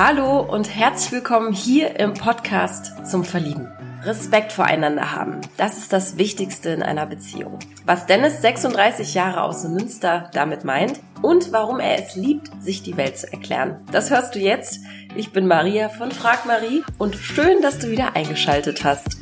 Hallo und herzlich willkommen hier im Podcast zum Verlieben. Respekt voreinander haben, das ist das Wichtigste in einer Beziehung. Was Dennis, 36 Jahre aus Münster, damit meint und warum er es liebt, sich die Welt zu erklären. Das hörst du jetzt. Ich bin Maria von Frag Marie und schön, dass du wieder eingeschaltet hast.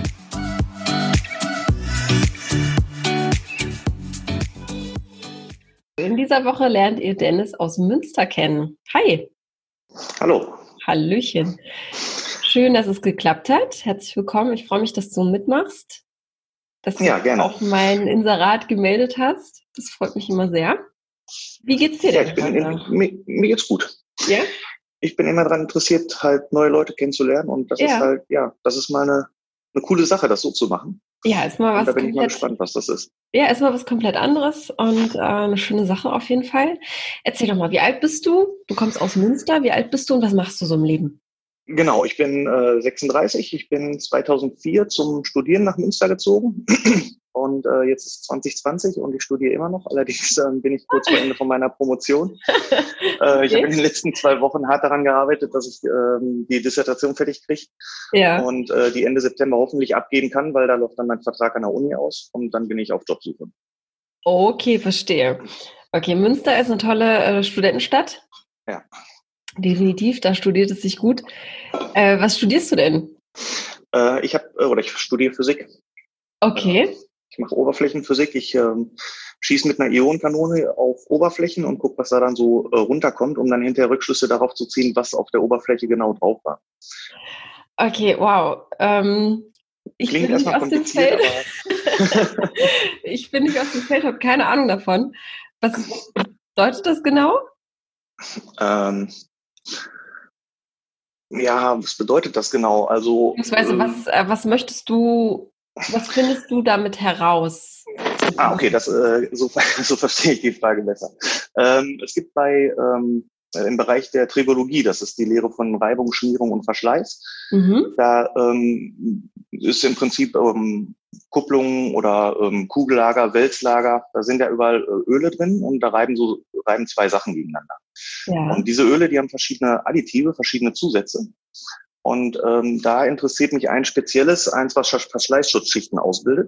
In dieser Woche lernt ihr Dennis aus Münster kennen. Hi. Hallo. Hallöchen. Schön, dass es geklappt hat. Herzlich willkommen. Ich freue mich, dass du mitmachst. Dass du gerne. auch mein Inserat gemeldet hast. Das freut mich immer sehr. Wie geht's dir denn? Mir geht's gut. Ja? Ich bin immer daran interessiert, halt neue Leute kennenzulernen und das ist halt, das ist mal eine coole Sache, das so zu machen. Ja, ist mal was. Und da bin ich mal gespannt, was das ist. Ja, ist mal was komplett anderes und eine schöne Sache auf jeden Fall. Erzähl doch mal, wie alt bist du? Du kommst aus Münster. Wie alt bist du und was machst du so im Leben? Genau, ich bin 36. Ich bin 2004 zum Studieren nach Münster gezogen und jetzt ist 2020 und ich studiere immer noch. Allerdings bin ich kurz vor Ende von meiner Promotion. Ich habe in den letzten 2 Wochen hart daran gearbeitet, dass ich die Dissertation fertig kriege und die Ende September hoffentlich abgeben kann, weil da läuft dann mein Vertrag an der Uni aus und dann bin ich auf Jobsuche. Okay, verstehe. Okay, Münster ist eine tolle Studentenstadt. Ja. Definitiv, da studiert es sich gut. Was studierst du denn? Ich studiere Physik. Okay. Ich mache Oberflächenphysik. Ich schieße mit einer Ionenkanone auf Oberflächen und gucke, was da dann so runterkommt, um dann hinterher Rückschlüsse darauf zu ziehen, was auf der Oberfläche genau drauf war. Okay, wow. Ich Klingt bin nicht erstmal aus dem kompliziert, Feld. Ich bin nicht aus dem Feld, habe keine Ahnung davon. Was bedeutet das genau? Was bedeutet das genau? Also, was findest du damit heraus? Okay, so verstehe ich die Frage besser. Es gibt im Bereich der Tribologie, das ist die Lehre von Reibung, Schmierung und Verschleiß. Da ist im Prinzip Kupplungen oder Kugellager, Wälzlager, da sind ja überall Öle drin und da reiben 2 Sachen gegeneinander. Ja. Und diese Öle, die haben verschiedene Additive, verschiedene Zusätze. Und da interessiert mich ein spezielles, was Verschleißschutzschichten ausbildet.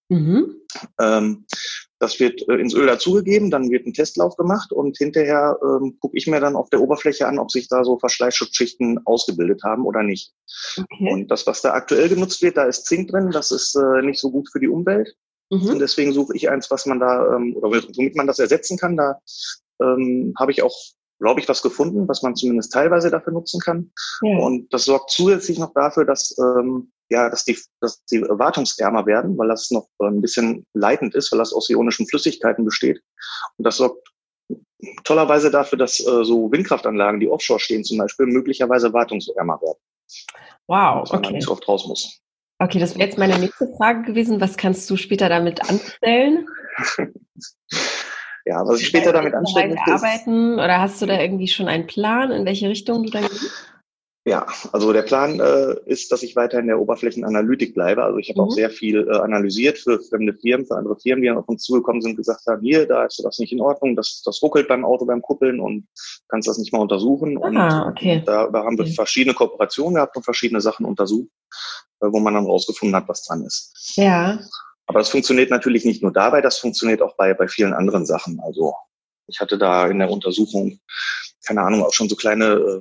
Das wird ins Öl dazugegeben, dann wird ein Testlauf gemacht und hinterher gucke ich mir dann auf der Oberfläche an, ob sich da so Verschleißschutzschichten ausgebildet haben oder nicht. Okay. Und das, was da aktuell genutzt wird, da ist Zink drin, das ist nicht so gut für die Umwelt. Und deswegen suche ich eins, was man da, womit man das ersetzen kann. Da habe ich auch, glaube ich, was gefunden, was man zumindest teilweise dafür nutzen kann. Ja. Und das sorgt zusätzlich noch dafür, dass die wartungsärmer werden, weil das noch ein bisschen leitend ist, weil das aus ionischen Flüssigkeiten besteht. Und das sorgt tollerweise dafür, dass so Windkraftanlagen, die offshore stehen zum Beispiel, möglicherweise wartungsärmer werden. Wow, dass man da nicht so oft raus muss. Okay, das wäre jetzt meine nächste Frage gewesen. Was kannst du später damit anstellen? Ja, was ich später damit anstellen möchte, arbeiten oder hast du da irgendwie schon einen Plan, in welche Richtung du dann gehst? Ja, also der Plan ist, dass ich weiter in der Oberflächenanalytik bleibe. Also ich habe auch sehr viel analysiert für fremde Firmen, für andere Firmen, die dann auf uns zugekommen sind und gesagt haben, hier, da ist das nicht in Ordnung, das ruckelt beim Auto beim Kuppeln und kannst das nicht mal untersuchen. Okay. Und da haben wir verschiedene Kooperationen gehabt und verschiedene Sachen untersucht, wo man dann rausgefunden hat, was dran ist. Ja. Aber das funktioniert natürlich nicht nur dabei, das funktioniert auch bei vielen anderen Sachen. Also ich hatte da in der Untersuchung, keine Ahnung, auch schon so kleines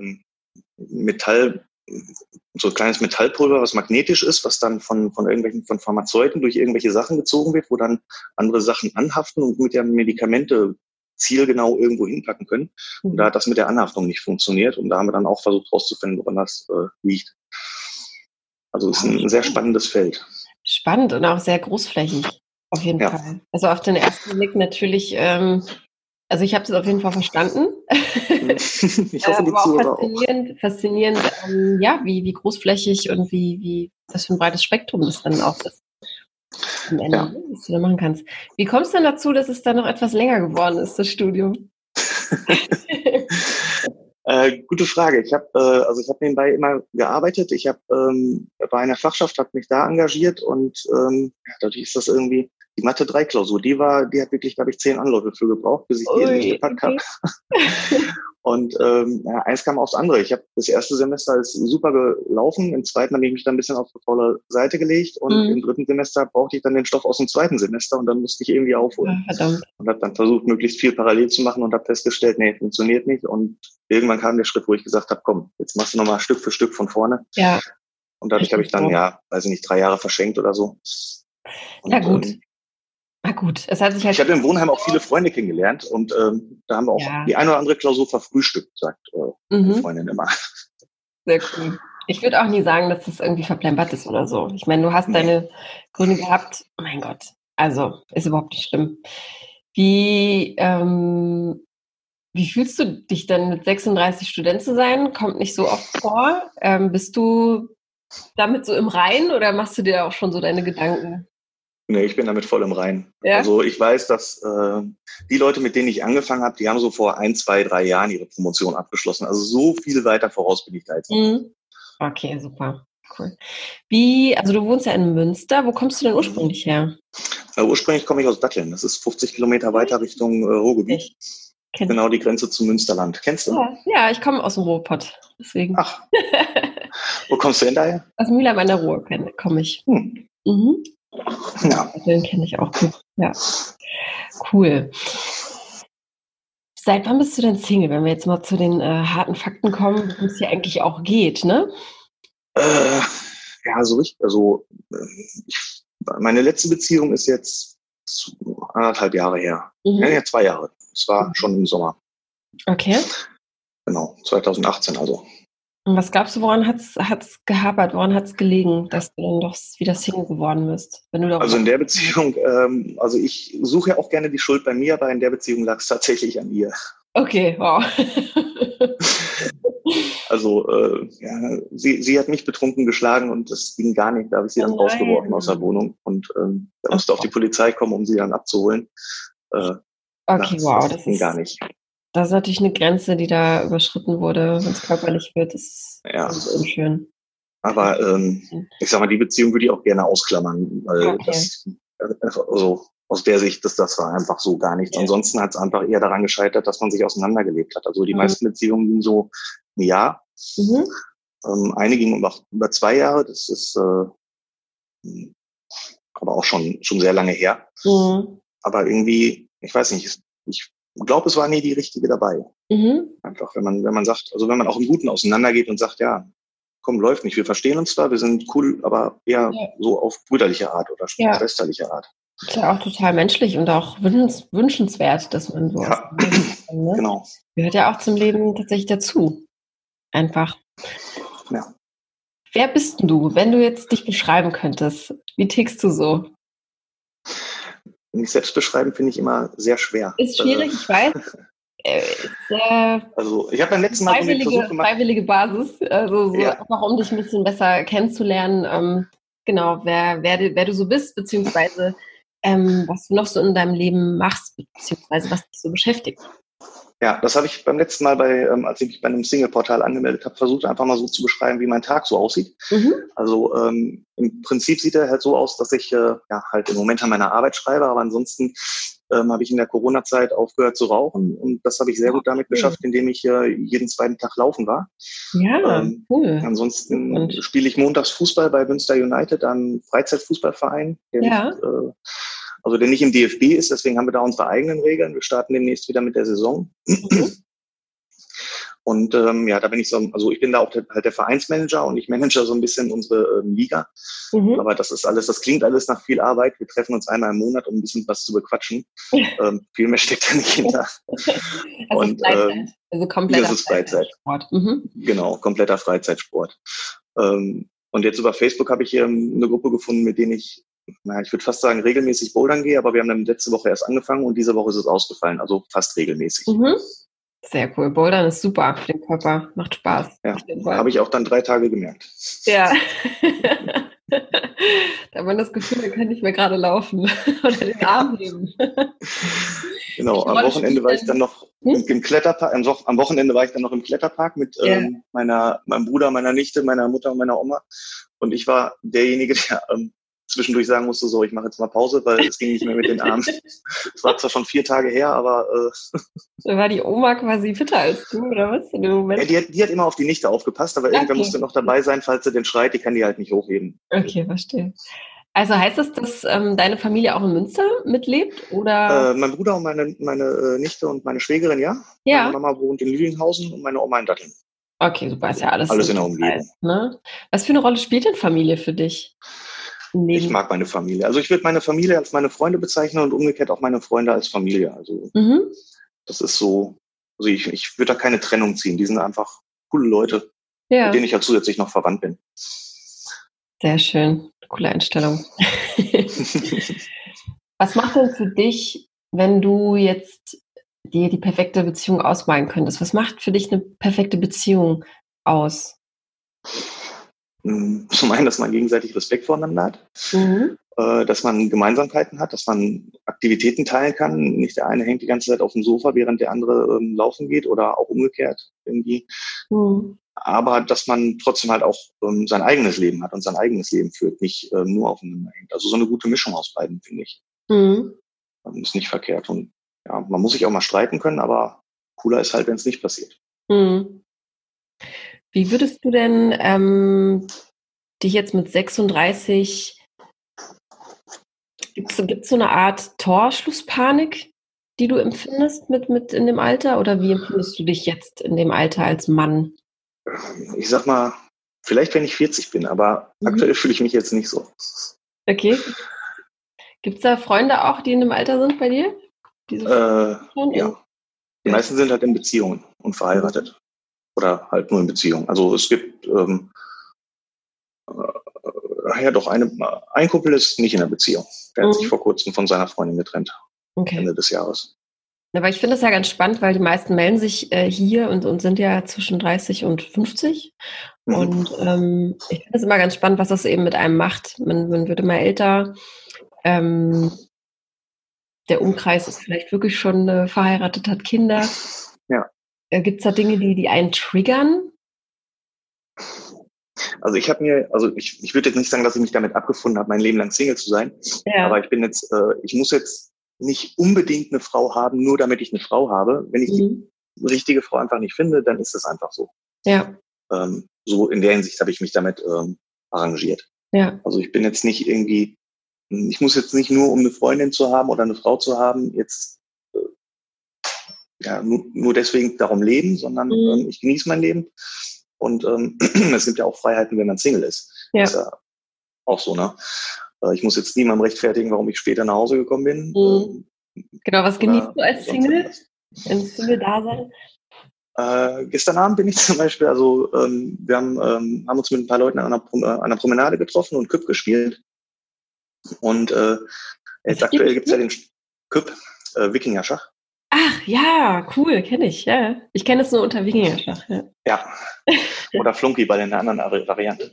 Metallpulver, was magnetisch ist, was dann von Pharmazeuten durch irgendwelche Sachen gezogen wird, wo dann andere Sachen anhaften und mit der Medikamente zielgenau irgendwo hinpacken können. Und da hat das mit der Anhaftung nicht funktioniert. Und da haben wir dann auch versucht herauszufinden, woran das liegt. Also es ist ein sehr spannendes Feld. Spannend und auch sehr großflächig, auf jeden Fall. Also auf den ersten Blick natürlich, also ich habe es auf jeden Fall verstanden. Ich hoffe, die Zuhörer auch. Faszinierend, wie großflächig und wie was für ein breites Spektrum das dann auch ist. Am Ende, was du da machen kannst. Wie kommst du denn dazu, dass es dann noch etwas länger geworden ist, das Studium? Gute Frage. Ich habe nebenbei immer gearbeitet. Ich war in der Fachschaft, habe mich da engagiert und dadurch ist das irgendwie Die Mathe-3-Klausur, die hat wirklich, glaube ich, 10 Anläufe für gebraucht, bis ich die endlich gepackt habe. Und eins kam aufs andere. Ich habe das erste Semester ist super gelaufen, im zweiten habe ich mich dann ein bisschen auf die faule Seite gelegt und im dritten Semester brauchte ich dann den Stoff aus dem zweiten Semester und dann musste ich irgendwie aufholen. Verdammt. Und habe dann versucht, möglichst viel parallel zu machen und habe festgestellt, nee, funktioniert nicht. Und irgendwann kam der Schritt, wo ich gesagt habe, komm, jetzt machst du nochmal Stück für Stück von vorne. Ja. Und dadurch habe ich dann, weiß ich nicht, 3 Jahre verschenkt oder so. Und, ja, gut. Na gut, es hat sich halt. Ich habe im Wohnheim auch viele Freunde kennengelernt und da haben wir auch die eine oder andere Klausur verfrühstückt, sagt die Freundin immer. Sehr cool. Ich würde auch nie sagen, dass das irgendwie verplempert ist oder so. Ich meine, du hast deine Gründe gehabt. Oh mein Gott, also ist überhaupt nicht schlimm. Wie fühlst du dich denn mit 36 Student zu sein? Kommt nicht so oft vor. Bist du damit so im Reinen oder machst du dir auch schon so deine Gedanken? Nee, ich bin damit voll im Reinen. Ja? Also ich weiß, dass die Leute, mit denen ich angefangen habe, die haben so vor 1, 2, 3 Jahren ihre Promotion abgeschlossen. Also so viel weiter voraus bin ich da jetzt. Okay, super. Cool. Also du wohnst ja in Münster. Wo kommst du denn ursprünglich her? Ursprünglich komme ich aus Datteln. Das ist 50 Kilometer weiter Richtung Ruhrgebiet. Genau die Grenze zu Münsterland. Kennst du? Ja, ich komme aus dem Ruhrpott. Deswegen. Ach. Wo kommst du denn daher? Aus Mülheim an der Ruhr komme ich. Ja. Den kenne ich auch gut. Ja. Cool. Seit wann bist du denn Single, wenn wir jetzt mal zu den harten Fakten kommen, worum es hier eigentlich auch geht, ne? Ja, so richtig. Also meine letzte Beziehung ist jetzt 1,5 Jahre her. Ja, 2 Jahre. Es war schon im Sommer. Okay. Genau, 2018 also. Und was glaubst du, woran hat's gehapert, woran hat's gelegen, dass du dann doch wieder Single geworden bist? Also in der Beziehung, also ich suche ja auch gerne die Schuld bei mir, aber in der Beziehung lag es tatsächlich an ihr. Okay, wow. Also sie hat mich betrunken geschlagen und das ging gar nicht. Da habe ich sie dann rausgeworfen aus der Wohnung und da musste auch die Polizei kommen, um sie dann abzuholen. Okay, wow, das ging gar nicht. Das ist natürlich eine Grenze, die da überschritten wurde, wenn es körperlich wird. Das ist ganz unschön. Aber ich sag mal, die Beziehung würde ich auch gerne ausklammern, weil das, also aus der Sicht, das war einfach so gar nichts. Ansonsten hat es einfach eher daran gescheitert, dass man sich auseinandergelebt hat. Also die meisten Beziehungen gingen so ein Jahr. Eine ging über 2 Jahre. Das ist aber auch schon sehr lange her. Aber irgendwie, ich weiß nicht, ich glaube, es war nie die richtige dabei. Einfach, wenn man sagt, also wenn man auch im Guten auseinandergeht und sagt, ja, komm, läuft nicht, wir verstehen uns zwar, wir sind cool, aber eher so auf brüderliche Art oder schwesterliche Art. Das ist ja auch total menschlich und auch wünschenswert, dass man so kann, ne? Genau. Gehört ja auch zum Leben tatsächlich dazu. Einfach. Ja. Wer bist denn du, wenn du jetzt dich beschreiben könntest? Wie tickst du so? Mich selbst beschreiben finde ich immer sehr schwer. Ist schwierig, ich weiß. Also ich habe beim letzten Mal einen Versuch gemacht. Freiwillige Basis, also so einfach um dich ein bisschen besser kennenzulernen. Genau, wer du so bist, beziehungsweise was du noch so in deinem Leben machst, beziehungsweise was dich so beschäftigt. Ja, das habe ich beim letzten Mal, als ich mich bei einem Single-Portal angemeldet habe, versucht einfach mal so zu beschreiben, wie mein Tag so aussieht. Also im Prinzip sieht er halt so aus, dass ich halt im Moment an meiner Arbeit schreibe, aber ansonsten habe ich in der Corona-Zeit aufgehört zu rauchen und das habe ich sehr gut damit geschafft, indem ich jeden zweiten Tag laufen war. Ja, cool. Ansonsten spiele ich montags Fußball bei Münster United, einem Freizeitfußballverein, der nicht im DFB ist, deswegen haben wir da unsere eigenen Regeln. Wir starten demnächst wieder mit der Saison. Und da bin ich ich bin da auch halt der Vereinsmanager und ich manage so ein bisschen unsere Liga. Aber das ist alles, das klingt alles nach viel Arbeit. Wir treffen uns einmal im Monat, um ein bisschen was zu bequatschen. Viel mehr steckt da nicht hinter. Also kompletter Freizeitsport. Genau, kompletter Freizeitsport. Und jetzt über Facebook habe ich hier eine Gruppe gefunden, mit denen ich würde fast sagen, regelmäßig bouldern gehe, aber wir haben dann letzte Woche erst angefangen und diese Woche ist es ausgefallen, also fast regelmäßig. Sehr cool. Bouldern ist super für den Körper, macht Spaß. Ja, habe ich auch dann 3 Tage gemerkt. Ja. Da hat man das Gefühl, man kann nicht mehr gerade laufen oder den Arm heben. Genau, am Wochenende war ich dann noch im Kletterpark. Am Wochenende war ich dann noch im Kletterpark mit meinem Bruder, meiner Nichte, meiner Mutter und meiner Oma. Und ich war derjenige, der zwischendurch sagen musste, so, ich mache jetzt mal Pause, weil es ging nicht mehr mit den Armen. Es war zwar schon 4 Tage her, aber Da war die Oma quasi fitter als du, oder was, in dem Moment? ja, die hat immer auf die Nichte aufgepasst, aber irgendwer Okay. musste noch dabei sein, falls sie den schreit, die kann die halt nicht hochheben. Okay, verstehe. Also heißt das, dass deine Familie auch in Münster mitlebt, oder? Mein Bruder und meine Nichte und meine Schwägerin, ja. Ja. Meine Mama wohnt in Lüdinghausen und meine Oma in Datteln. Okay, super, ist ja alles in der Umgebung. Ne? Was für eine Rolle spielt denn Familie für dich? Ich mag meine Familie. Also ich würde meine Familie als meine Freunde bezeichnen und umgekehrt auch meine Freunde als Familie. Also das ist so, also ich würde da keine Trennung ziehen. Die sind einfach coole Leute, mit denen ich ja zusätzlich noch verwandt bin. Sehr schön, coole Einstellung. Was macht denn für dich, wenn du jetzt dir die perfekte Beziehung ausmalen könntest? Was macht für dich eine perfekte Beziehung aus? Zum einen, dass man gegenseitig Respekt voneinander hat, dass man Gemeinsamkeiten hat, dass man Aktivitäten teilen kann. Nicht der eine hängt die ganze Zeit auf dem Sofa, während der andere laufen geht oder auch umgekehrt irgendwie. Aber dass man trotzdem halt auch sein eigenes Leben hat und sein eigenes Leben führt, nicht nur aufeinander hängt. Also so eine gute Mischung aus beiden, finde ich. Ist nicht verkehrt. Und ja, man muss sich auch mal streiten können, aber cooler ist halt, wenn es nicht passiert. Wie würdest du denn dich jetzt mit 36, gibt's so eine Art Torschlusspanik, die du empfindest mit in dem Alter? Oder wie empfindest du dich jetzt in dem Alter als Mann? Ich sag mal, vielleicht wenn ich 40 bin, aber aktuell fühle ich mich jetzt nicht so. Okay. Gibt es da Freunde auch, die in dem Alter sind bei dir? Ja. Die meisten sind halt in Beziehungen und verheiratet. Oder halt nur in Beziehungen. Also es gibt doch ein Kumpel ist nicht in einer Beziehung. Der hat sich vor kurzem von seiner Freundin getrennt. Ende des Jahres. Aber ich finde das ja ganz spannend, weil die meisten melden sich hier und sind ja zwischen 30 und 50. Und ich finde es immer ganz spannend, was das eben mit einem macht. Man wird immer älter. Der Umkreis ist vielleicht wirklich schon verheiratet, hat Kinder. Ja. Gibt es da Dinge, die einen triggern? Also ich würde jetzt nicht sagen, dass ich mich damit abgefunden habe, mein Leben lang Single zu sein. Ja. Aber ich muss jetzt nicht unbedingt eine Frau haben, nur damit ich eine Frau habe. Wenn ich die richtige Frau einfach nicht finde, dann ist es einfach so. Ja. So in der Hinsicht habe ich mich damit arrangiert. Ja. Also ich bin jetzt nicht irgendwie, ich muss jetzt nicht nur, um eine Freundin zu haben oder eine Frau zu haben, jetzt nur deswegen darum leben, sondern ich genieße mein Leben. Und es gibt ja auch Freiheiten, wenn man Single ist. Ja. Ist ja auch so, ne? Ich muss jetzt niemandem rechtfertigen, warum ich später nach Hause gekommen bin. Genau, was genießt du als Single? Im Single-Dasein? Gestern Abend bin ich zum Beispiel, wir haben uns mit ein paar Leuten an einer Promenade getroffen und Küpp gespielt. Und jetzt aktuell gibt es ja den Küpp, Wikingerschach. Ach ja, cool, kenne ich, ja. Ich kenne es nur unter Wikingerschach. Ja. Oder Flunkyball in einer anderen Variante.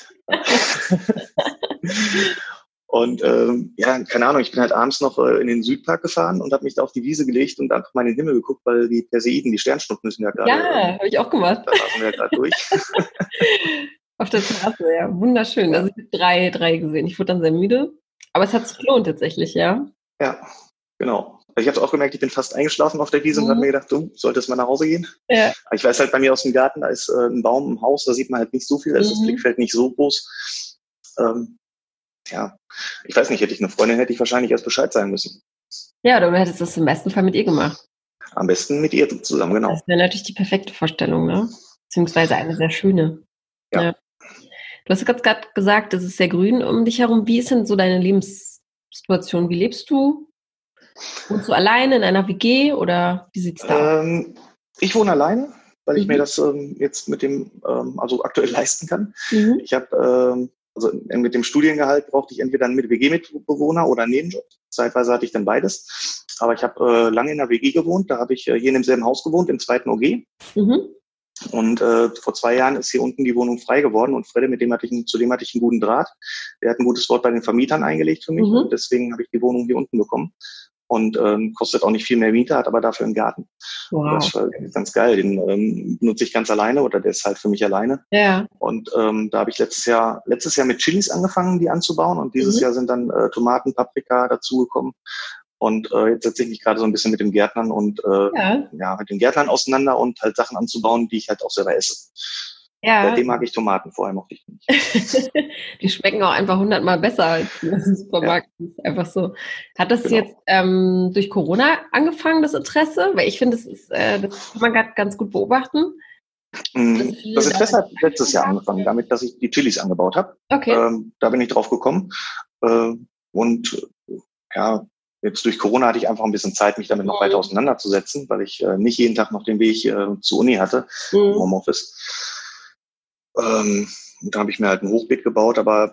Und keine Ahnung, ich bin halt abends noch in den Südpark gefahren und habe mich da auf die Wiese gelegt und einfach mal in den Himmel geguckt, weil die Perseiden, die Sternschnuppen sind ja gerade. Ja, habe ich auch gemacht. Da waren wir ja gerade durch. Auf der Terrasse, ja, wunderschön. Ja. Also ich habe drei gesehen. Ich wurde dann sehr müde, aber es hat sich gelohnt tatsächlich, ja. Ja, genau. Ich habe es auch gemerkt, ich bin fast eingeschlafen auf der Wiese und habe mir gedacht, du solltest mal nach Hause gehen. Ja. Aber ich weiß halt, bei mir aus dem Garten, da ist ein Baum im Haus, da sieht man halt nicht so viel, da ist das Blickfeld nicht so groß. Ich weiß nicht, hätte ich eine Freundin, hätte ich wahrscheinlich erst Bescheid sagen müssen. Ja, oder du hättest das im besten Fall mit ihr gemacht. Am besten mit ihr zusammen, genau. Das wäre natürlich die perfekte Vorstellung, ne? Beziehungsweise eine sehr schöne. Ja. Du hast gerade gesagt, es ist sehr grün um dich herum. Wie ist denn so deine Lebenssituation? Wie lebst du? Wohnst du alleine in einer WG oder wie sieht's da aus? Ich wohne alleine, weil ich mir das jetzt mit dem aktuell leisten kann. Ich habe mit dem Studiengehalt brauchte ich entweder einen WG-Mitbewohner oder einen Nebenjob. Zeitweise hatte ich dann beides. Aber ich habe lange in einer WG gewohnt. Da habe ich hier in demselben Haus gewohnt, im 2. OG. Und vor 2 Jahren ist hier unten die Wohnung frei geworden und Fredde, zu dem hatte ich einen guten Draht. Der hat ein gutes Wort bei den Vermietern eingelegt für mich und deswegen habe ich die Wohnung hier unten bekommen. und kostet auch nicht viel mehr Miete, hat aber dafür einen Garten. Wow. Und das war ganz geil. Den nutze ich ganz alleine oder der ist halt für mich alleine. Ja. Und da habe ich letztes Jahr mit Chilis angefangen, die anzubauen. Und dieses Jahr sind dann Tomaten, Paprika dazugekommen. Und jetzt setze ich mich gerade so ein bisschen mit den Gärtnern und mit den Gärtnern auseinander und halt Sachen anzubauen, die ich halt auch selber esse. Ja. Seitdem mag ich Tomaten, vorher mochte ich nicht. Die schmecken auch einfach 100-mal besser als im Supermarkt. Das ist einfach so. Hat das jetzt durch Corona angefangen, das Interesse? Weil ich finde, das kann man gerade ganz gut beobachten. Das Interesse hat letztes Jahr angefangen, damit, dass ich die Chilis angebaut habe. Okay. Da bin ich drauf gekommen. Jetzt durch Corona hatte ich einfach ein bisschen Zeit, mich damit noch weiter auseinanderzusetzen, weil ich nicht jeden Tag noch den Weg zur Uni hatte, im Homeoffice. Da habe ich mir halt ein Hochbeet gebaut, aber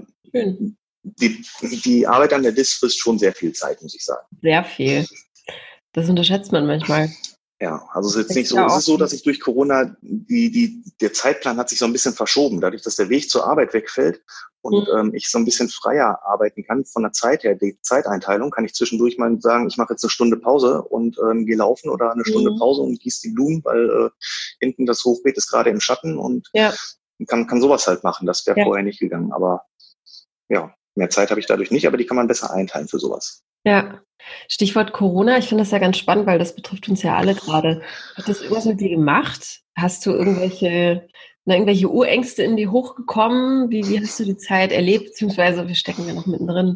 die Arbeit an der Dis frisst schon sehr viel Zeit, muss ich sagen. Sehr viel. Das unterschätzt man manchmal. Ja, also es ist jetzt nicht so, es ist so, dass ich durch Corona, der Zeitplan hat sich so ein bisschen verschoben, dadurch, dass der Weg zur Arbeit wegfällt und ich so ein bisschen freier arbeiten kann von der Zeit her, die Zeiteinteilung, kann ich zwischendurch mal sagen, ich mache jetzt eine Stunde Pause und gehe laufen oder eine Stunde Pause und gieße die Blumen, weil hinten das Hochbeet ist gerade im Schatten und kann sowas halt machen. Das wäre vorher nicht gegangen, aber ja, mehr Zeit habe ich dadurch nicht, aber die kann man besser einteilen für sowas. Ja, Stichwort Corona, ich finde das ja ganz spannend, weil das betrifft uns ja alle gerade. Hat das irgendwas mit dir gemacht? Hast du irgendwelche Urängste in dir hochgekommen? Wie hast du die Zeit erlebt? Beziehungsweise wir stecken ja noch mittendrin.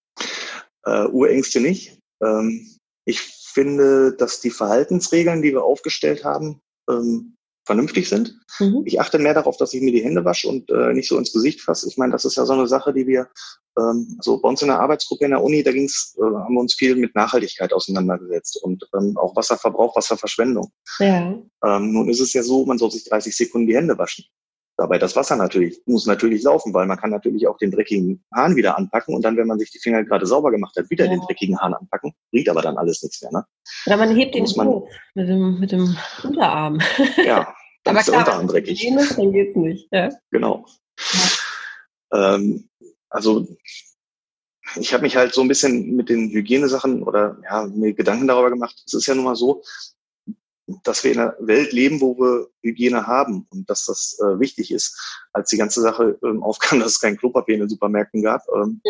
Urängste nicht. Ich finde, dass die Verhaltensregeln, die wir aufgestellt haben, vernünftig sind. Ich achte mehr darauf, dass ich mir die Hände wasche und nicht so ins Gesicht fasse. Ich meine, das ist ja so eine Sache, die wir so bei uns in der Arbeitsgruppe in der Uni, da haben wir uns viel mit Nachhaltigkeit auseinandergesetzt und auch Wasserverbrauch, Wasserverschwendung. Ja. Nun ist es ja so, man soll sich 30 Sekunden die Hände waschen. Dabei das Wasser muss natürlich laufen, weil man kann natürlich auch den dreckigen Hahn wieder anpacken und dann, wenn man sich die Finger gerade sauber gemacht hat, wieder den dreckigen Hahn anpacken. Riecht aber dann alles nichts mehr, ne? Oder man hebt den hoch mit dem Unterarm. Ja, dann aber ist der Unterarm dreckig. Dann geht's nicht. Ja. Genau. Ja. Also ich habe mich halt so ein bisschen mit den Hygienesachen mir Gedanken darüber gemacht. Es ist ja nun mal so, dass wir in einer Welt leben, wo wir Hygiene haben und dass das wichtig ist. Als die ganze Sache aufkam, dass es kein Klopapier in den Supermärkten gab,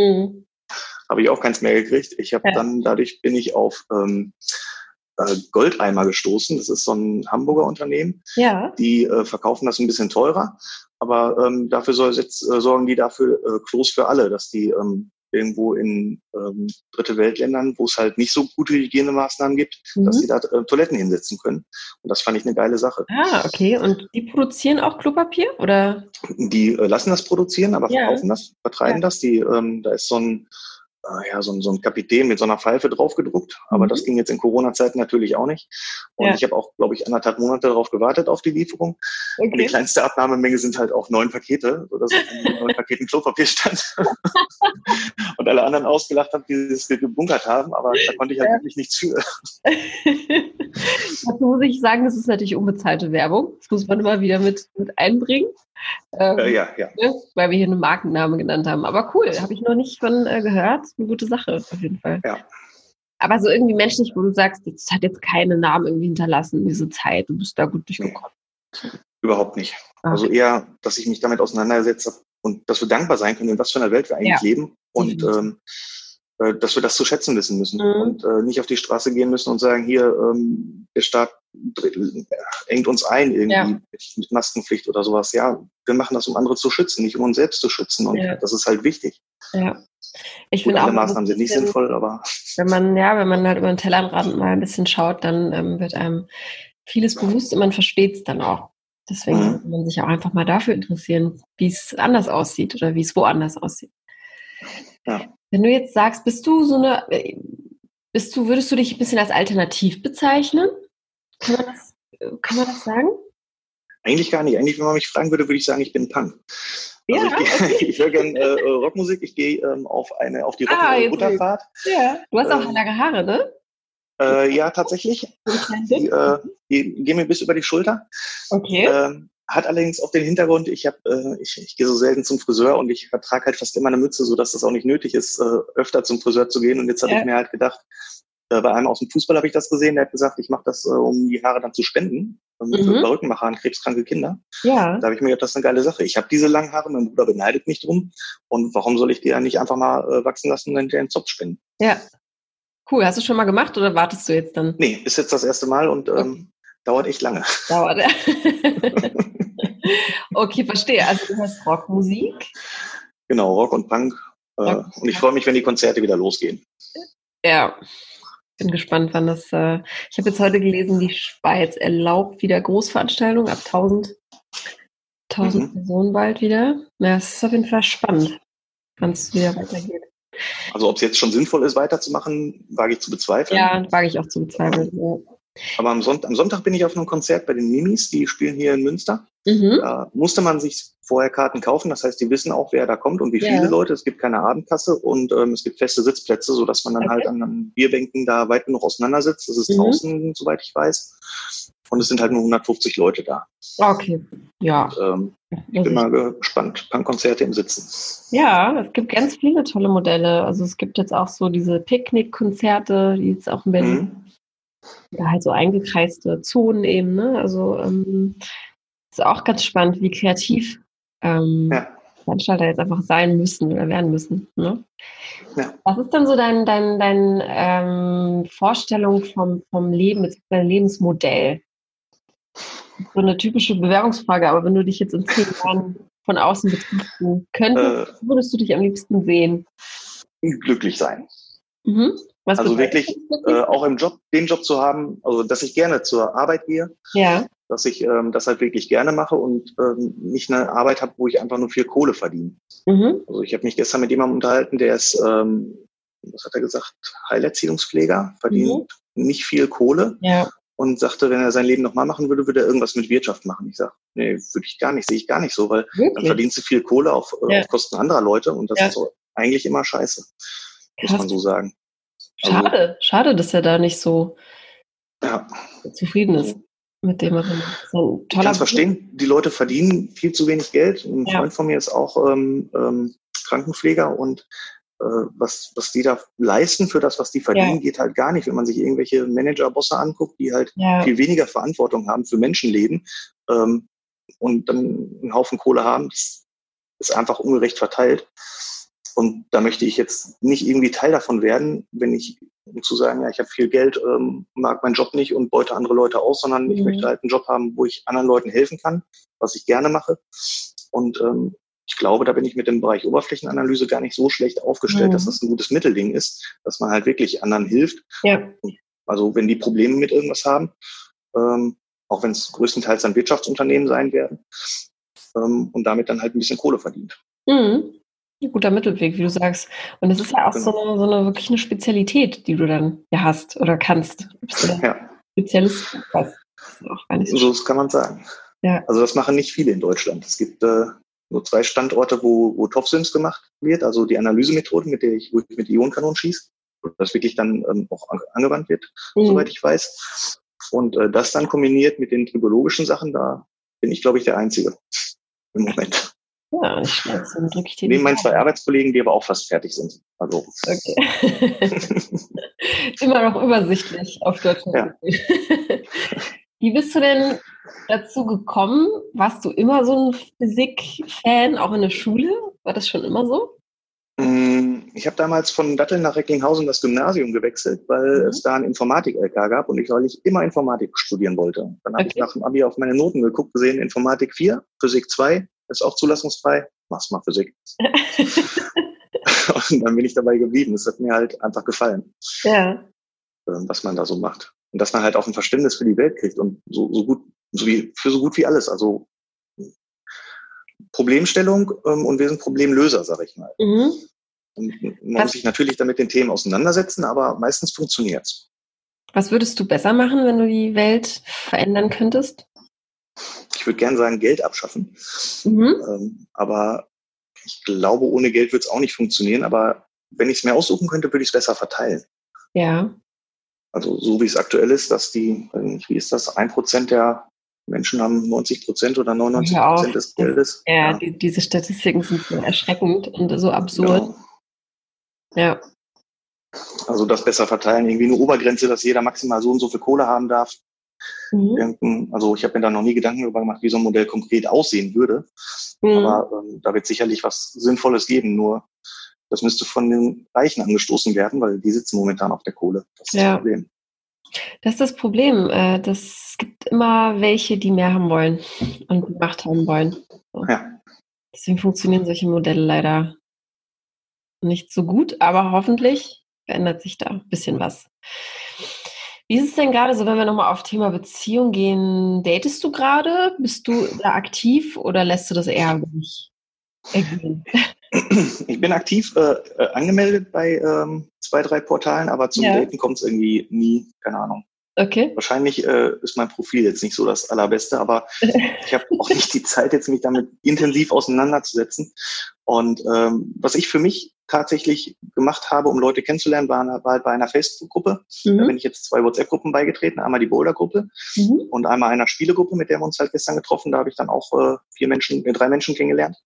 habe ich auch keins mehr gekriegt. Dadurch bin ich auf Goldeimer gestoßen. Das ist so ein Hamburger Unternehmen. Ja. Die verkaufen das ein bisschen teurer, aber dafür sorgen die dafür Klos für alle, dass die irgendwo in dritte Weltländern, wo es halt nicht so gute Hygienemaßnahmen gibt, dass sie da Toiletten hinsetzen können. Und das fand ich eine geile Sache. Ah, okay. Und die produzieren auch Klopapier, oder? Die lassen das produzieren, aber verkaufen das, vertreiben das. Da ist so ein Kapitän mit so einer Pfeife drauf gedruckt. Aber das ging jetzt in Corona-Zeiten natürlich auch nicht. Und ich habe auch, glaube ich, 1,5 Monate darauf gewartet, auf die Lieferung. Okay. Und die kleinste Abnahmemenge sind halt auch 9 Pakete, sodass in 9 Paketen Klopapier stand. Und alle anderen ausgelacht haben, die es gebunkert haben. Aber da konnte ich halt wirklich nichts für. Dazu muss ich sagen, das ist natürlich unbezahlte Werbung. Das muss man immer wieder mit einbringen. Weil wir hier einen Markennamen genannt haben. Aber cool, habe ich noch nicht von gehört. Eine gute Sache, auf jeden Fall. Ja. Aber so irgendwie menschlich, wo du sagst, das hat jetzt keinen Namen irgendwie hinterlassen, diese Zeit. Du bist da gut durchgekommen. Nee, überhaupt nicht. Okay. Also eher, dass ich mich damit auseinandergesetzt habe und dass wir dankbar sein können, in was für einer Welt wir eigentlich leben. Und dass wir das zu schätzen wissen müssen und nicht auf die Straße gehen müssen und sagen, hier, der Staat engt uns ein irgendwie mit Maskenpflicht oder sowas. Ja, wir machen das, um andere zu schützen, nicht um uns selbst zu schützen. Und das ist halt wichtig. Ja. Ich finde alle Maßnahmen sind nicht sinnvoll, aber wenn man halt über den Tellerrand mal ein bisschen schaut, dann wird einem vieles bewusst und man versteht es dann auch. Deswegen sollte man sich auch einfach mal dafür interessieren, wie es anders aussieht oder wie es woanders aussieht. Ja. Wenn du jetzt sagst, würdest du dich ein bisschen als alternativ bezeichnen? Kann man das sagen? Eigentlich gar nicht. Eigentlich, wenn man mich fragen würde, würde ich sagen, ich bin Punk. Also ich höre gerne Rockmusik. Ich gehe auf die Rock-Butterfahrt. Ja. Du hast auch lange Haare, ne? Ja, tatsächlich. Die gehen mir bis über die Schulter. Okay. Hat allerdings auch den Hintergrund, ich gehe so selten zum Friseur und ich vertrage halt fast immer eine Mütze, sodass das auch nicht nötig ist, öfter zum Friseur zu gehen. Und jetzt habe ich mir halt gedacht, Bei einem aus dem Fußball habe ich das gesehen, der hat gesagt, ich mache das, um die Haare dann zu spenden, bei Rückenmacher an krebskranke Kinder. Ja. Da habe ich mir gedacht, das ist eine geile Sache. Ich habe diese langen Haare, mein Bruder beneidet mich drum. Und warum soll ich die ja nicht einfach mal wachsen lassen und hinterher einen Zopf spenden? Ja. Cool. Hast du schon mal gemacht oder wartest du jetzt dann? Nee, ist jetzt das erste Mal und dauert echt lange. Dauert, ja. Okay, verstehe. Also du hörst Rockmusik? Genau, Rock und Punk. Und ich freue mich, wenn die Konzerte wieder losgehen. Ja, bin gespannt, wann das... ich habe jetzt heute gelesen, die Schweiz erlaubt wieder Großveranstaltungen ab 1000 Personen bald wieder. Ja, es ist auf jeden Fall spannend, wann es wieder weitergeht. Also ob es jetzt schon sinnvoll ist, weiterzumachen, wage ich zu bezweifeln. Ja, wage ich auch zu bezweifeln. Ja. Aber am Sonntag bin ich auf einem Konzert bei den Mimis, die spielen hier in Münster. Da musste man sich vorher Karten kaufen, das heißt, die wissen auch, wer da kommt und wie viele Leute. Es gibt keine Abendkasse und es gibt feste Sitzplätze, sodass man dann halt an Bierbänken da weit genug auseinander sitzt. Das ist draußen, soweit ich weiß. Und es sind halt nur 150 Leute da. Okay, ja. Und, ich bin mal gespannt. Punkkonzerte im Sitzen. Ja, es gibt ganz viele tolle Modelle. Also es gibt jetzt auch so diese Picknickkonzerte, die jetzt auch in Berlin oder halt so eingekreiste Zonen eben, ne? Also ist auch ganz spannend, wie kreativ Veranstalter jetzt einfach sein müssen oder werden müssen. Ne? Ja. Was ist denn so dein Vorstellung vom Leben, dein Lebensmodell? So eine typische Bewerbungsfrage, aber wenn du dich jetzt in 10 Jahren von außen betrachten könntest, würdest du dich am liebsten sehen? Glücklich sein. Was also wirklich auch im Job, den Job zu haben, also dass ich gerne zur Arbeit gehe, dass ich das halt wirklich gerne mache und nicht eine Arbeit habe, wo ich einfach nur viel Kohle verdiene. Also ich habe mich gestern mit jemandem unterhalten, der ist, was hat er gesagt, Heilerziehungspfleger, verdient nicht viel Kohle und sagte, wenn er sein Leben nochmal machen würde, würde er irgendwas mit Wirtschaft machen. Ich sage, nee, würde ich gar nicht, sehe ich gar nicht so, weil dann verdienst du viel Kohle auf Kosten anderer Leute und das ist so eigentlich immer scheiße, muss man so sagen. Schade, dass er da nicht so zufrieden ist mit dem, was er macht. So ich kann es verstehen, die Leute verdienen viel zu wenig Geld. Ein Freund von mir ist auch Krankenpfleger und was die da leisten für das, was die verdienen, geht halt gar nicht. Wenn man sich irgendwelche Manager-Bosse anguckt, die halt viel weniger Verantwortung haben für Menschenleben und dann einen Haufen Kohle haben, das ist einfach ungerecht verteilt. Und da möchte ich jetzt nicht irgendwie Teil davon werden, um zu sagen, ja, ich habe viel Geld, mag meinen Job nicht und beute andere Leute aus, sondern ich möchte halt einen Job haben, wo ich anderen Leuten helfen kann, was ich gerne mache. Und ich glaube, da bin ich mit dem Bereich Oberflächenanalyse gar nicht so schlecht aufgestellt, dass das ein gutes Mittelding ist, dass man halt wirklich anderen hilft. Ja. Also wenn die Probleme mit irgendwas haben, auch wenn es größtenteils dann Wirtschaftsunternehmen sein werden, und damit dann halt ein bisschen Kohle verdient. Ein guter Mittelweg, wie du sagst. Und es ist ja auch so eine wirklich eine Spezialität, die du dann hast oder kannst. Du bist Spezialist. Das ist auch gar nicht so das kann man sagen. Ja. Also das machen nicht viele in Deutschland. Es gibt nur 2 Standorte, wo TOF-SIMS gemacht wird, also die Analysemethode, wo ich mit Ionenkanonen schieße, das wirklich dann auch angewandt wird, soweit ich weiß. Und das dann kombiniert mit den tribologischen Sachen, da bin ich, glaube ich, der Einzige im Moment. Ja, nicht schlecht. Dann drücke ich dir neben meinen 2 Arbeitskollegen, die aber auch fast fertig sind. Also. Okay. Immer noch übersichtlich auf Deutschland. Ja. Wie bist du denn dazu gekommen? Warst du immer so ein Physik-Fan, auch in der Schule? War das schon immer so? Ich habe damals von Datteln nach Recklinghausen das Gymnasium gewechselt, weil es da einen Informatik-LK gab und weil ich immer Informatik studieren wollte. Dann habe ich nach dem Abi auf meine Noten geguckt, gesehen Informatik 4, Physik 2, ist auch zulassungsfrei, mach's mal Physik. Und dann bin ich dabei geblieben. Es hat mir halt einfach gefallen, was man da so macht. Und dass man halt auch ein Verständnis für die Welt kriegt und so gut wie alles. Also Problemstellung und wir sind Problemlöser, sage ich mal. Und man muss sich natürlich damit den Themen auseinandersetzen, aber meistens funktioniert's. Was würdest du besser machen, wenn du die Welt verändern könntest? Ich würde gerne sagen, Geld abschaffen. Aber ich glaube, ohne Geld wird es auch nicht funktionieren. Aber wenn ich es mir aussuchen könnte, würde ich es besser verteilen. Ja. Also so wie es aktuell ist, dass wie ist das, 1% der Menschen haben 90% oder 99% des Geldes. Ja. Diese Statistiken sind so erschreckend und so absurd. Genau. Ja. Also das besser verteilen, irgendwie eine Obergrenze, dass jeder maximal so und so viel Kohle haben darf. Also ich habe mir da noch nie Gedanken darüber gemacht, wie so ein Modell konkret aussehen würde. Aber da wird sicherlich was Sinnvolles geben. Nur das müsste von den Reichen angestoßen werden, weil die sitzen momentan auf der Kohle. Das ist das Problem. Das ist das Problem. Es gibt immer welche, die mehr haben wollen und die Macht haben wollen. So. Ja. Deswegen funktionieren solche Modelle leider nicht so gut, aber hoffentlich verändert sich da ein bisschen was. Wie ist es denn gerade so, wenn wir nochmal auf Thema Beziehung gehen? Datest du gerade? Bist du da aktiv oder lässt du das eher nicht ergehen? Ich bin aktiv angemeldet bei 2, 3 Portalen, aber zum Daten kommt es irgendwie nie, keine Ahnung. Okay. Wahrscheinlich ist mein Profil jetzt nicht so das Allerbeste, aber ich habe auch nicht die Zeit, jetzt mich damit intensiv auseinanderzusetzen. Und was ich für mich tatsächlich gemacht habe, um Leute kennenzulernen, war halt bei einer Facebook-Gruppe. Da bin ich jetzt 2 WhatsApp-Gruppen beigetreten. Einmal die Boulder-Gruppe und einmal einer Spielegruppe, mit der wir uns halt gestern getroffen. Da habe ich dann auch 3 Menschen kennengelernt.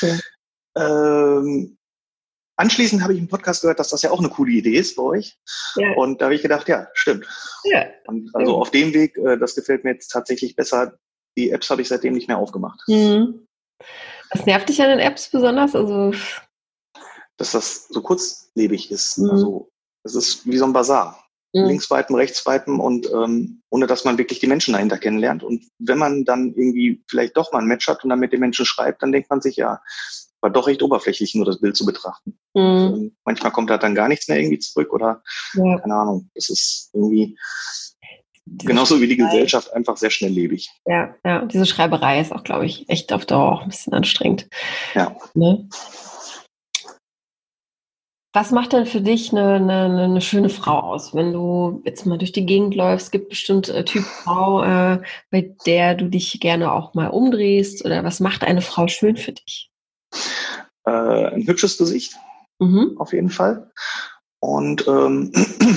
Cool. Anschließend habe ich im Podcast gehört, dass das ja auch eine coole Idee ist bei euch. Ja. Und da habe ich gedacht, ja, stimmt. Ja. Und also auf dem Weg, das gefällt mir jetzt tatsächlich besser. Die Apps habe ich seitdem nicht mehr aufgemacht. Was nervt dich an den Apps besonders? Also dass das so kurzlebig ist. Also es ist wie so ein Bazar. Links swipen, rechts swipen und ohne dass man wirklich die Menschen dahinter kennenlernt. Und wenn man dann irgendwie vielleicht doch mal ein Match hat und dann mit den Menschen schreibt, dann denkt man sich, ja, war doch recht oberflächlich, nur das Bild zu betrachten. Und, manchmal kommt da dann gar nichts mehr irgendwie zurück oder keine Ahnung. Das ist irgendwie genauso wie die Gesellschaft einfach sehr schnelllebig. Ja, diese Schreiberei ist auch, glaube ich, echt auf Dauer auch ein bisschen anstrengend. Ja. Ne? Was macht denn für dich eine schöne Frau aus, wenn du jetzt mal durch die Gegend läufst? Es gibt bestimmt Typ Frau, bei der du dich gerne auch mal umdrehst. Oder was macht eine Frau schön für dich? Ein hübsches Gesicht, auf jeden Fall. Und ein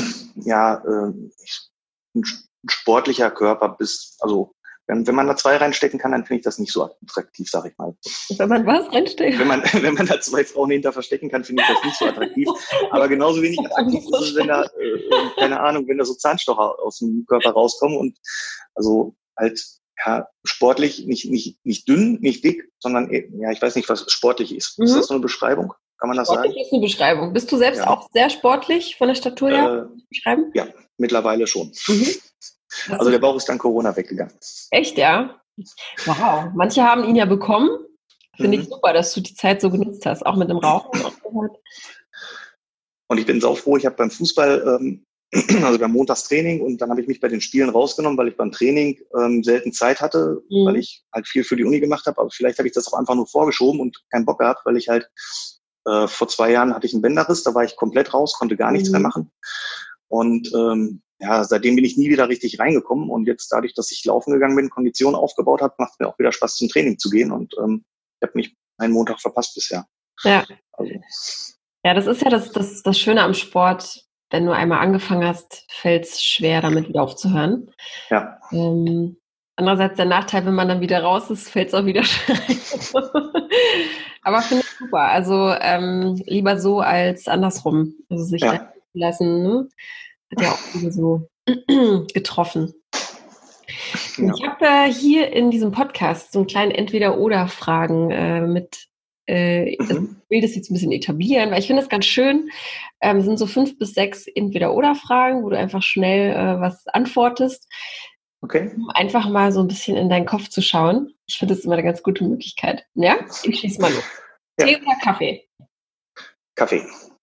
sportlicher Körper also wenn man da 2 reinstecken kann, dann finde ich das nicht so attraktiv, sag ich mal. Wenn man was reinsteckt? Wenn man da 2 Frauen hinter verstecken kann, finde ich das nicht so attraktiv. Aber genauso wenig attraktiv ist es, wenn da, keine Ahnung, wenn da so Zahnstocher aus dem Körper rauskommen und also halt sportlich, nicht dünn, nicht dick, sondern ich weiß nicht, was sportlich ist. Ist das so eine Beschreibung? Kann man das sportlich sagen? Ist eine Beschreibung. Bist du selbst auch sehr sportlich von der Statur her? Beschreiben? Ja, mittlerweile schon. Also der Bauch ist dann Corona weggegangen. Echt, ja? Wow. Manche haben ihn ja bekommen. Finde ich super, dass du die Zeit so genutzt hast, auch mit dem Rauchen. Und ich bin saufroh. Ich habe beim Fußball, also beim Montagstraining und dann habe ich mich bei den Spielen rausgenommen, weil ich beim Training selten Zeit hatte, weil ich halt viel für die Uni gemacht habe. Aber vielleicht habe ich das auch einfach nur vorgeschoben und keinen Bock gehabt, weil ich halt vor 2 Jahren hatte ich einen Bänderriss, da war ich komplett raus, konnte gar nichts mehr machen. Und seitdem bin ich nie wieder richtig reingekommen. Und jetzt dadurch, dass ich laufen gegangen bin, Kondition aufgebaut habe, macht mir auch wieder Spaß, zum Training zu gehen. Und ich habe nicht einen Montag verpasst bisher. Ja. Also. Ja, das ist ja das Schöne am Sport. Wenn du einmal angefangen hast, fällt es schwer, damit wieder aufzuhören. Ja. Andererseits der Nachteil, wenn man dann wieder raus ist, fällt es auch wieder schwer. Aber finde ich super. Also lieber so als andersrum. Also sich lassen, ne? Hat ja auch wieder so getroffen. Ja. Ich habe hier in diesem Podcast so einen kleinen Entweder-Oder-Fragen ich will das jetzt ein bisschen etablieren, weil ich finde das ganz schön. Es sind so 5 bis 6 Entweder-Oder-Fragen, wo du einfach schnell was antwortest. Okay. Um einfach mal so ein bisschen in deinen Kopf zu schauen. Ich finde das immer eine ganz gute Möglichkeit. Ja? Ich schieße mal los. Ja. Tee oder Kaffee? Kaffee.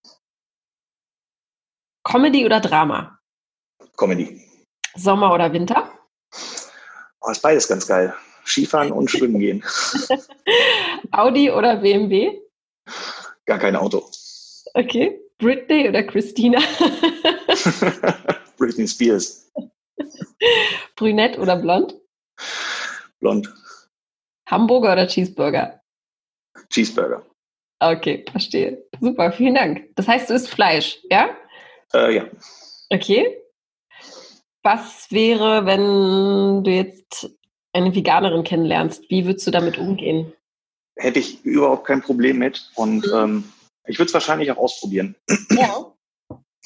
Comedy oder Drama? Comedy. Sommer oder Winter? Ist beides ganz geil. Skifahren und schwimmen gehen. Audi oder BMW? Gar kein Auto. Okay. Britney oder Christina? Britney Spears. Brünett oder blond? Blond. Hamburger oder Cheeseburger? Cheeseburger. Okay, verstehe. Super, vielen Dank. Das heißt, du isst Fleisch, ja? Ja. Okay. Was wäre, wenn du jetzt eine Veganerin kennenlernst? Wie würdest du damit umgehen? Hätte ich überhaupt kein Problem mit. Und ich würde es wahrscheinlich auch ausprobieren. Ja.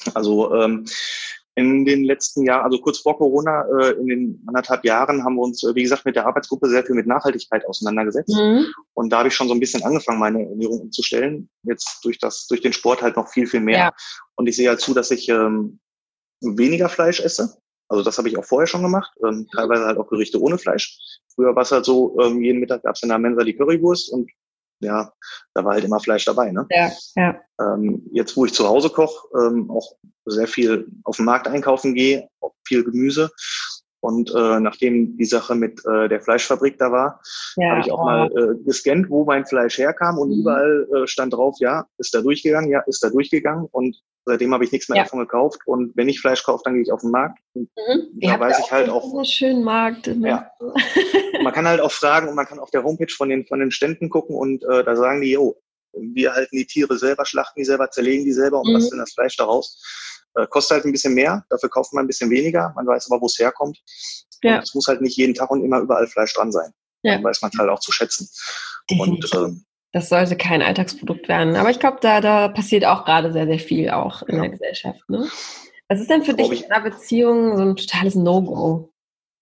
Also in den letzten Jahren, also kurz vor Corona, in den 1,5 Jahren haben wir uns, wie gesagt, mit der Arbeitsgruppe sehr viel mit Nachhaltigkeit auseinandergesetzt. Und da habe ich schon so ein bisschen angefangen, meine Ernährung umzustellen. Jetzt durch den Sport halt noch viel, viel mehr. Ja. Und ich sehe halt zu, dass ich weniger Fleisch esse. Also das habe ich auch vorher schon gemacht. Teilweise halt auch Gerichte ohne Fleisch. Früher war es halt so, jeden Mittag gab es in der Mensa die Currywurst und ja, da war halt immer Fleisch dabei, ne? Ja. Jetzt, wo ich zu Hause koche, auch sehr viel auf dem Markt einkaufen gehe, auch viel Gemüse. Und nachdem die Sache mit der Fleischfabrik da war, habe ich auch mal gescannt, wo mein Fleisch herkam und überall stand drauf, ja, ist da durchgegangen und seitdem habe ich nichts mehr davon gekauft und wenn ich Fleisch kaufe, dann gehe ich auf den Markt und da weiß ich halt auch einen schönen Markt. Ja. Man kann halt auch fragen und man kann auf der Homepage von den Ständen gucken und da sagen die, wir halten die Tiere selber, schlachten die selber, zerlegen die selber und basteln das Fleisch daraus. Kostet halt ein bisschen mehr, dafür kauft man ein bisschen weniger, man weiß aber, wo es herkommt. Ja. Und es muss halt nicht jeden Tag und immer überall Fleisch dran sein. Ja. Dann weiß man es halt auch zu schätzen. Definitiv. Und das sollte kein Alltagsprodukt werden. Aber ich glaube, da passiert auch gerade sehr, sehr viel auch in der Gesellschaft. Ne? Was ist denn für dich in einer Beziehung so ein totales No-Go?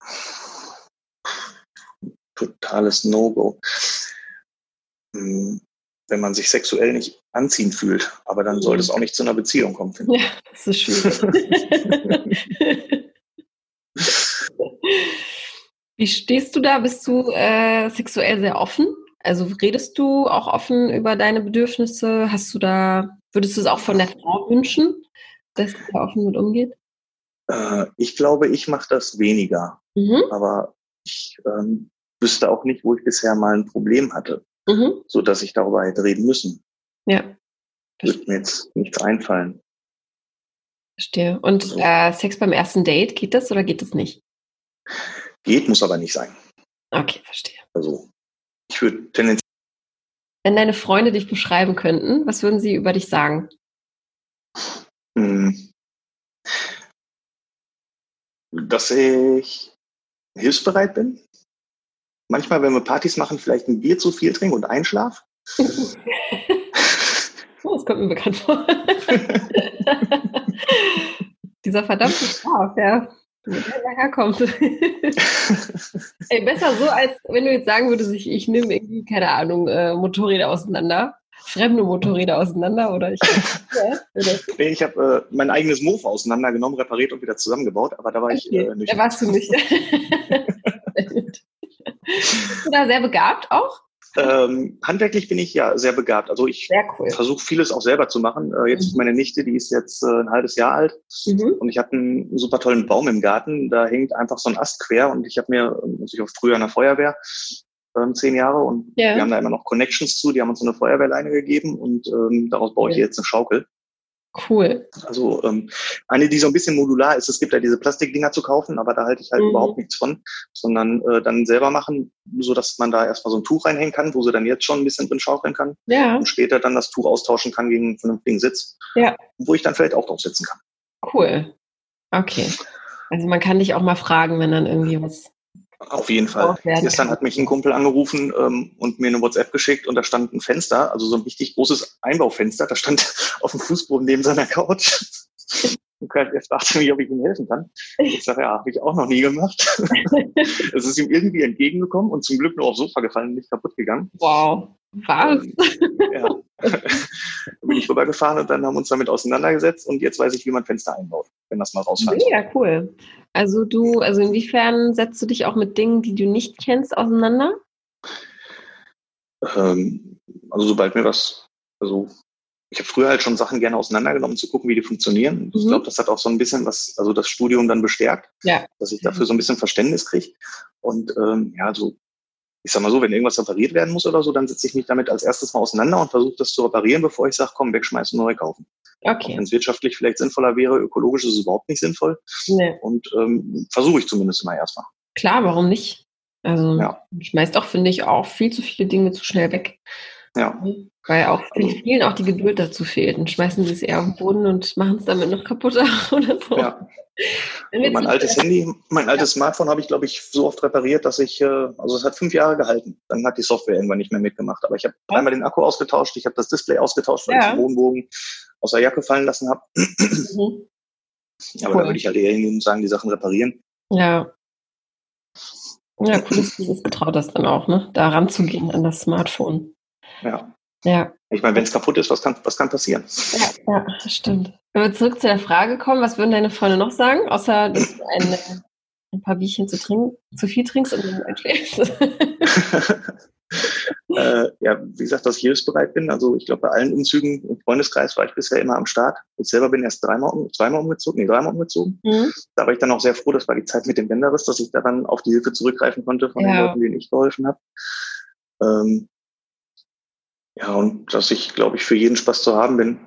Totales No-Go. Wenn man sich sexuell nicht anziehend fühlt. Aber dann sollte es auch nicht zu einer Beziehung kommen, finde ich. Ja, das ist schwierig. Wie stehst du da? Bist du sexuell sehr offen? Also redest du auch offen über deine Bedürfnisse? Würdest du es auch von der Frau wünschen, dass sie da offen mit umgeht? Ich glaube, ich mache das weniger. Aber ich wüsste auch nicht, wo ich bisher mal ein Problem hatte. So dass ich darüber hätte reden müssen. Ja. Würde mir jetzt nichts einfallen. Verstehe. Und Sex beim ersten Date, geht das oder geht das nicht? Geht, muss aber nicht sein. Okay, verstehe. Also, ich würde tendenziell... Wenn deine Freunde dich beschreiben könnten, was würden sie über dich sagen? Dass ich hilfsbereit bin. Manchmal, wenn wir Partys machen, vielleicht ein Bier zu viel trinken und einschlafen. Oh, das kommt mir bekannt vor. Dieser verdammte Schlaf, ja. Wo der herkommt. Ey, besser so, als wenn du jetzt sagen würdest, ich nehme irgendwie, keine Ahnung, Motorräder auseinander. Fremde Motorräder auseinander oder ich. Nee, ich habe mein eigenes Mofa auseinandergenommen, repariert und wieder zusammengebaut, aber da war ich nicht. Da warst du nicht. Bist du da sehr begabt auch? Handwerklich bin ich ja sehr begabt. Also ich versuche vieles auch selber zu machen. Jetzt meine Nichte, die ist jetzt ein halbes Jahr alt und ich habe einen super tollen Baum im Garten. Da hängt einfach so ein Ast quer und ich habe ich war früher in der Feuerwehr 10 Jahre und wir haben da immer noch Connections zu. Die haben uns so eine Feuerwehrleine gegeben und daraus baue ich jetzt eine Schaukel. Cool. Also eine, die so ein bisschen modular ist. Es gibt ja diese Plastikdinger zu kaufen, aber da halte ich halt überhaupt nichts von, sondern dann selber machen, so dass man da erstmal so ein Tuch reinhängen kann, wo sie dann jetzt schon ein bisschen drin schaukeln kann und später dann das Tuch austauschen kann gegen einen vernünftigen Sitz, wo ich dann vielleicht auch drauf sitzen kann. Cool. Okay. Also man kann dich auch mal fragen, wenn dann irgendwie was... Auf jeden Fall. Gestern hat mich ein Kumpel angerufen und mir eine WhatsApp geschickt und da stand ein Fenster, also so ein richtig großes Einbaufenster, das stand auf dem Fußboden neben seiner Couch. Und er fragte mich, ob ich ihm helfen kann. Ich sage, ja, habe ich auch noch nie gemacht. Es ist ihm irgendwie entgegengekommen und zum Glück nur aufs Sofa gefallen und nicht kaputt gegangen. Wow. Was? Ja. Da bin ich rübergefahren und dann haben wir uns damit auseinandergesetzt und jetzt weiß ich, wie man Fenster einbaut, wenn das mal rausfällt. Ja, cool. Also inwiefern setzt du dich auch mit Dingen, die du nicht kennst, auseinander? Also sobald mir ich habe früher halt schon Sachen gerne auseinandergenommen, zu gucken, wie die funktionieren. Ich glaube, das hat auch so ein bisschen das Studium dann bestärkt, dass ich dafür so ein bisschen Verständnis kriege. Und ich sag mal so, wenn irgendwas repariert werden muss oder so, dann setze ich mich damit als erstes mal auseinander und versuche das zu reparieren, bevor ich sage, komm, wegschmeißen und neu kaufen. Okay. Auch wenn es wirtschaftlich vielleicht sinnvoller wäre, ökologisch ist es überhaupt nicht sinnvoll. Nee. Und versuche ich zumindest immer erstmal. Klar, warum nicht? Also schmeißt auch, finde ich, auch viel zu viele Dinge zu schnell weg. Ja. Weil auch vielen auch die Geduld dazu fehlt. Und schmeißen sie es eher auf den Boden und machen es damit noch kaputter oder so. Ja. Mein altes Handy, mein altes Smartphone habe ich, glaube ich, so oft repariert, dass also es hat 5 Jahre gehalten. Dann hat die Software irgendwann nicht mehr mitgemacht. Aber ich habe einmal den Akku ausgetauscht, ich habe das Display ausgetauscht, weil ich den Wohnbogen aus der Jacke fallen lassen habe. Aber da würde ich halt eher hingehen und sagen, die Sachen reparieren. Ja. Ja, cool, dass du das getraut hast dann auch, ne? Da ranzugehen an das Smartphone. Ja. Ja. Ich meine, wenn es kaputt ist, was kann passieren? Ja, stimmt. Wenn wir zurück zu der Frage kommen, was würden deine Freunde noch sagen, außer dass du ein paar Bierchen zu viel trinkst und dann einschläfst? Ja, wie gesagt, dass ich hilfsbereit bin. Also ich glaube, bei allen Umzügen im Freundeskreis war ich bisher immer am Start. Ich selber bin erst dreimal umgezogen. Da war ich dann auch sehr froh, das war die Zeit mit dem Bänderriss, dass ich da dann auf die Hilfe zurückgreifen konnte von den Leuten, denen ich geholfen habe. Ja, und dass ich, glaube ich, für jeden Spaß zu haben bin.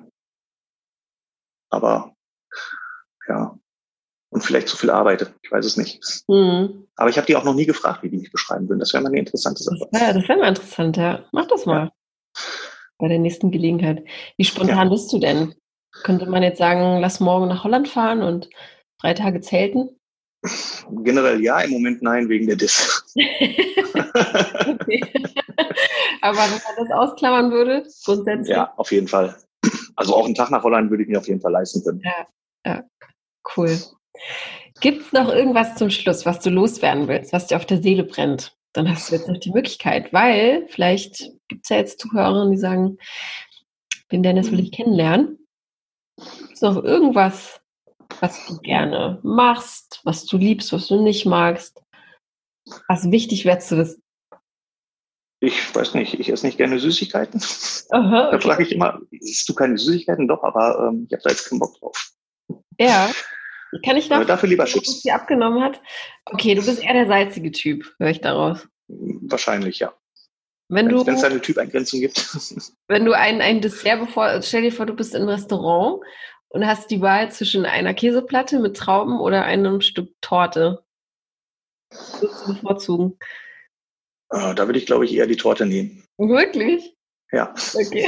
Aber ja, und vielleicht zu viel arbeite. Ich weiß es nicht. Aber ich habe die auch noch nie gefragt, wie die mich beschreiben würden. Das wäre mal eine interessante Sache. Das wäre mal interessant, ja. Mach das mal. Bei der nächsten Gelegenheit. Wie spontan bist du denn? Könnte man jetzt sagen, lass morgen nach Holland fahren und 3 Tage zelten? Generell ja, im Moment nein, wegen der Diss. Okay. Aber wenn man das ausklammern würde, grundsätzlich? Ja, auf jeden Fall. Also auch einen Tag nach Holland würde ich mir auf jeden Fall leisten können. Ja, cool. Gibt es noch irgendwas zum Schluss, was du loswerden willst, was dir auf der Seele brennt? Dann hast du jetzt noch die Möglichkeit, weil vielleicht gibt es ja jetzt Zuhörerinnen, die sagen, den Dennis will ich kennenlernen. Gibt es noch irgendwas, was du gerne machst, was du liebst, was du nicht magst, was wichtig wäre zu wissen? Ich weiß nicht, ich esse nicht gerne Süßigkeiten. Aha, okay. Da frage ich immer, isst du keine Süßigkeiten? Doch, aber ich habe da jetzt keinen Bock drauf. Ja, kann ich noch? Dafür lieber Chips. Die abgenommen hat? Okay, du bist eher der salzige Typ, höre ich daraus. Wahrscheinlich, ja. Wenn es eine Typeingrenzung gibt. Wenn du ein Dessert stell dir vor, du bist im Restaurant und hast die Wahl zwischen einer Käseplatte mit Trauben oder einem Stück Torte. Was würdest du bevorzugen? Da würde ich, glaube ich, eher die Torte nehmen. Wirklich? Ja. Okay.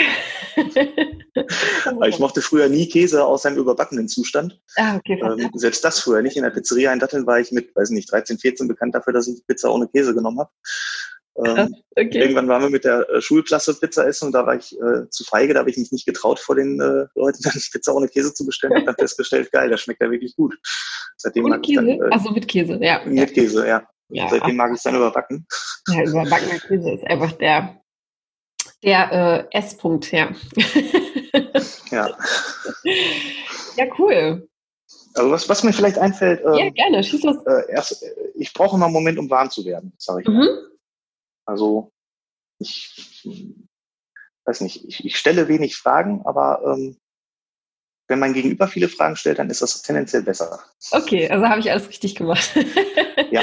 Ich mochte früher nie Käse aus seinem überbackenen Zustand. Okay. Selbst das früher nicht. In der Pizzeria in Datteln war ich mit, 13, 14 bekannt dafür, dass ich Pizza ohne Käse genommen habe. Okay. Irgendwann waren wir mit der Schulklasse Pizza essen und da war ich zu feige, da habe ich mich nicht getraut, vor den Leuten dann Pizza ohne Käse zu bestellen. Ich habe dann festgestellt, geil, das schmeckt ja wirklich gut. Seitdem ohne Käse? Also mit Käse, ja. Mit Käse, ja. Seitdem mag ich es dann überbacken. Ja, überbackener Käse ist einfach der S-Punkt, ja. Ja. Ja, cool. Also was mir vielleicht einfällt, ja, gerne, schieß los. Ich brauche immer einen Moment, um warm zu werden, sage ich mal. Also ich weiß nicht, ich stelle wenig Fragen, aber wenn mein Gegenüber viele Fragen stellt, dann ist das tendenziell besser. Okay, also habe ich alles richtig gemacht. Ja.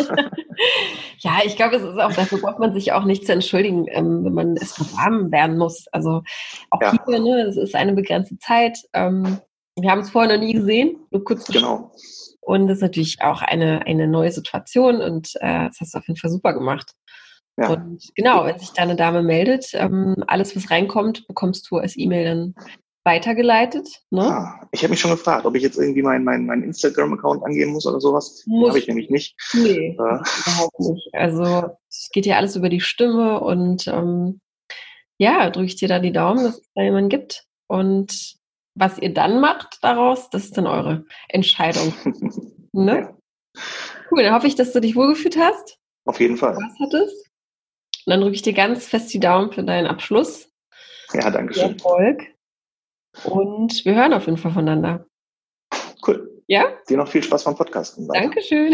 Ja, ich glaube, es ist auch, dafür braucht man sich auch nicht zu entschuldigen, wenn man erst mal warm werden muss. Also auch hier, ne, es ist eine begrenzte Zeit. Wir haben es vorher noch nie gesehen, nur kurz. Genau. Und das ist natürlich auch eine neue Situation und das hast du auf jeden Fall super gemacht. Ja. Und genau, wenn sich da eine Dame meldet, alles, was reinkommt, bekommst du als E-Mail dann weitergeleitet. Ne? Ich habe mich schon gefragt, ob ich jetzt irgendwie meinen Instagram-Account angeben muss oder sowas. Habe ich nämlich nicht. Nee, überhaupt nicht. Also es geht ja alles über die Stimme und drücke ich dir da die Daumen, dass es da jemanden gibt. Und was ihr dann macht daraus, das ist dann eure Entscheidung. Ne? Ja. Cool, dann hoffe ich, dass du dich wohlgefühlt hast. Auf jeden Fall. Spaß hattest. Und dann drücke ich dir ganz fest die Daumen für deinen Abschluss. Ja, danke schön. Erfolg. Und wir hören auf jeden Fall voneinander. Cool. Ja? Dir noch viel Spaß beim Podcasten. Dankeschön.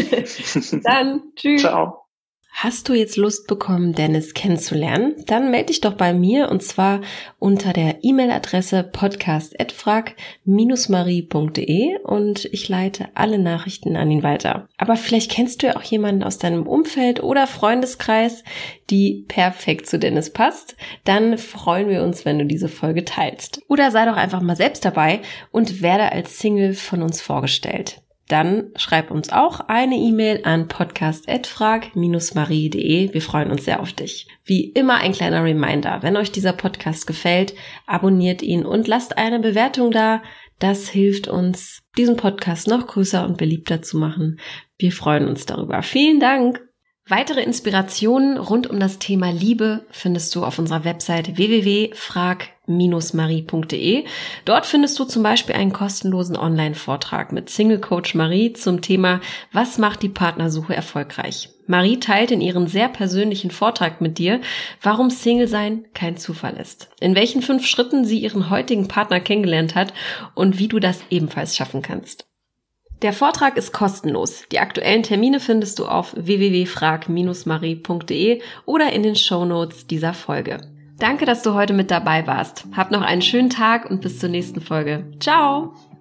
Dann, tschüss. Ciao. Hast du jetzt Lust bekommen, Dennis kennenzulernen? Dann melde dich doch bei mir und zwar unter der E-Mail-Adresse podcast@frag-marie.de und ich leite alle Nachrichten an ihn weiter. Aber vielleicht kennst du ja auch jemanden aus deinem Umfeld oder Freundeskreis, die perfekt zu Dennis passt. Dann freuen wir uns, wenn du diese Folge teilst. Oder sei doch einfach mal selbst dabei und werde als Single von uns vorgestellt. Dann schreib uns auch eine E-Mail an podcast@frag-marie.de. Wir freuen uns sehr auf dich. Wie immer ein kleiner Reminder, wenn euch dieser Podcast gefällt, abonniert ihn und lasst eine Bewertung da. Das hilft uns, diesen Podcast noch größer und beliebter zu machen. Wir freuen uns darüber. Vielen Dank! Weitere Inspirationen rund um das Thema Liebe findest du auf unserer Website www.frag-marie.de. Dort findest du zum Beispiel einen kostenlosen Online-Vortrag mit Single Coach Marie zum Thema Was macht die Partnersuche erfolgreich? Marie teilt in ihrem sehr persönlichen Vortrag mit dir, warum Single-Sein kein Zufall ist, in welchen 5 Schritten sie ihren heutigen Partner kennengelernt hat und wie du das ebenfalls schaffen kannst. Der Vortrag ist kostenlos. Die aktuellen Termine findest du auf www.frag-marie.de oder in den Shownotes dieser Folge. Danke, dass du heute mit dabei warst. Hab noch einen schönen Tag und bis zur nächsten Folge. Ciao!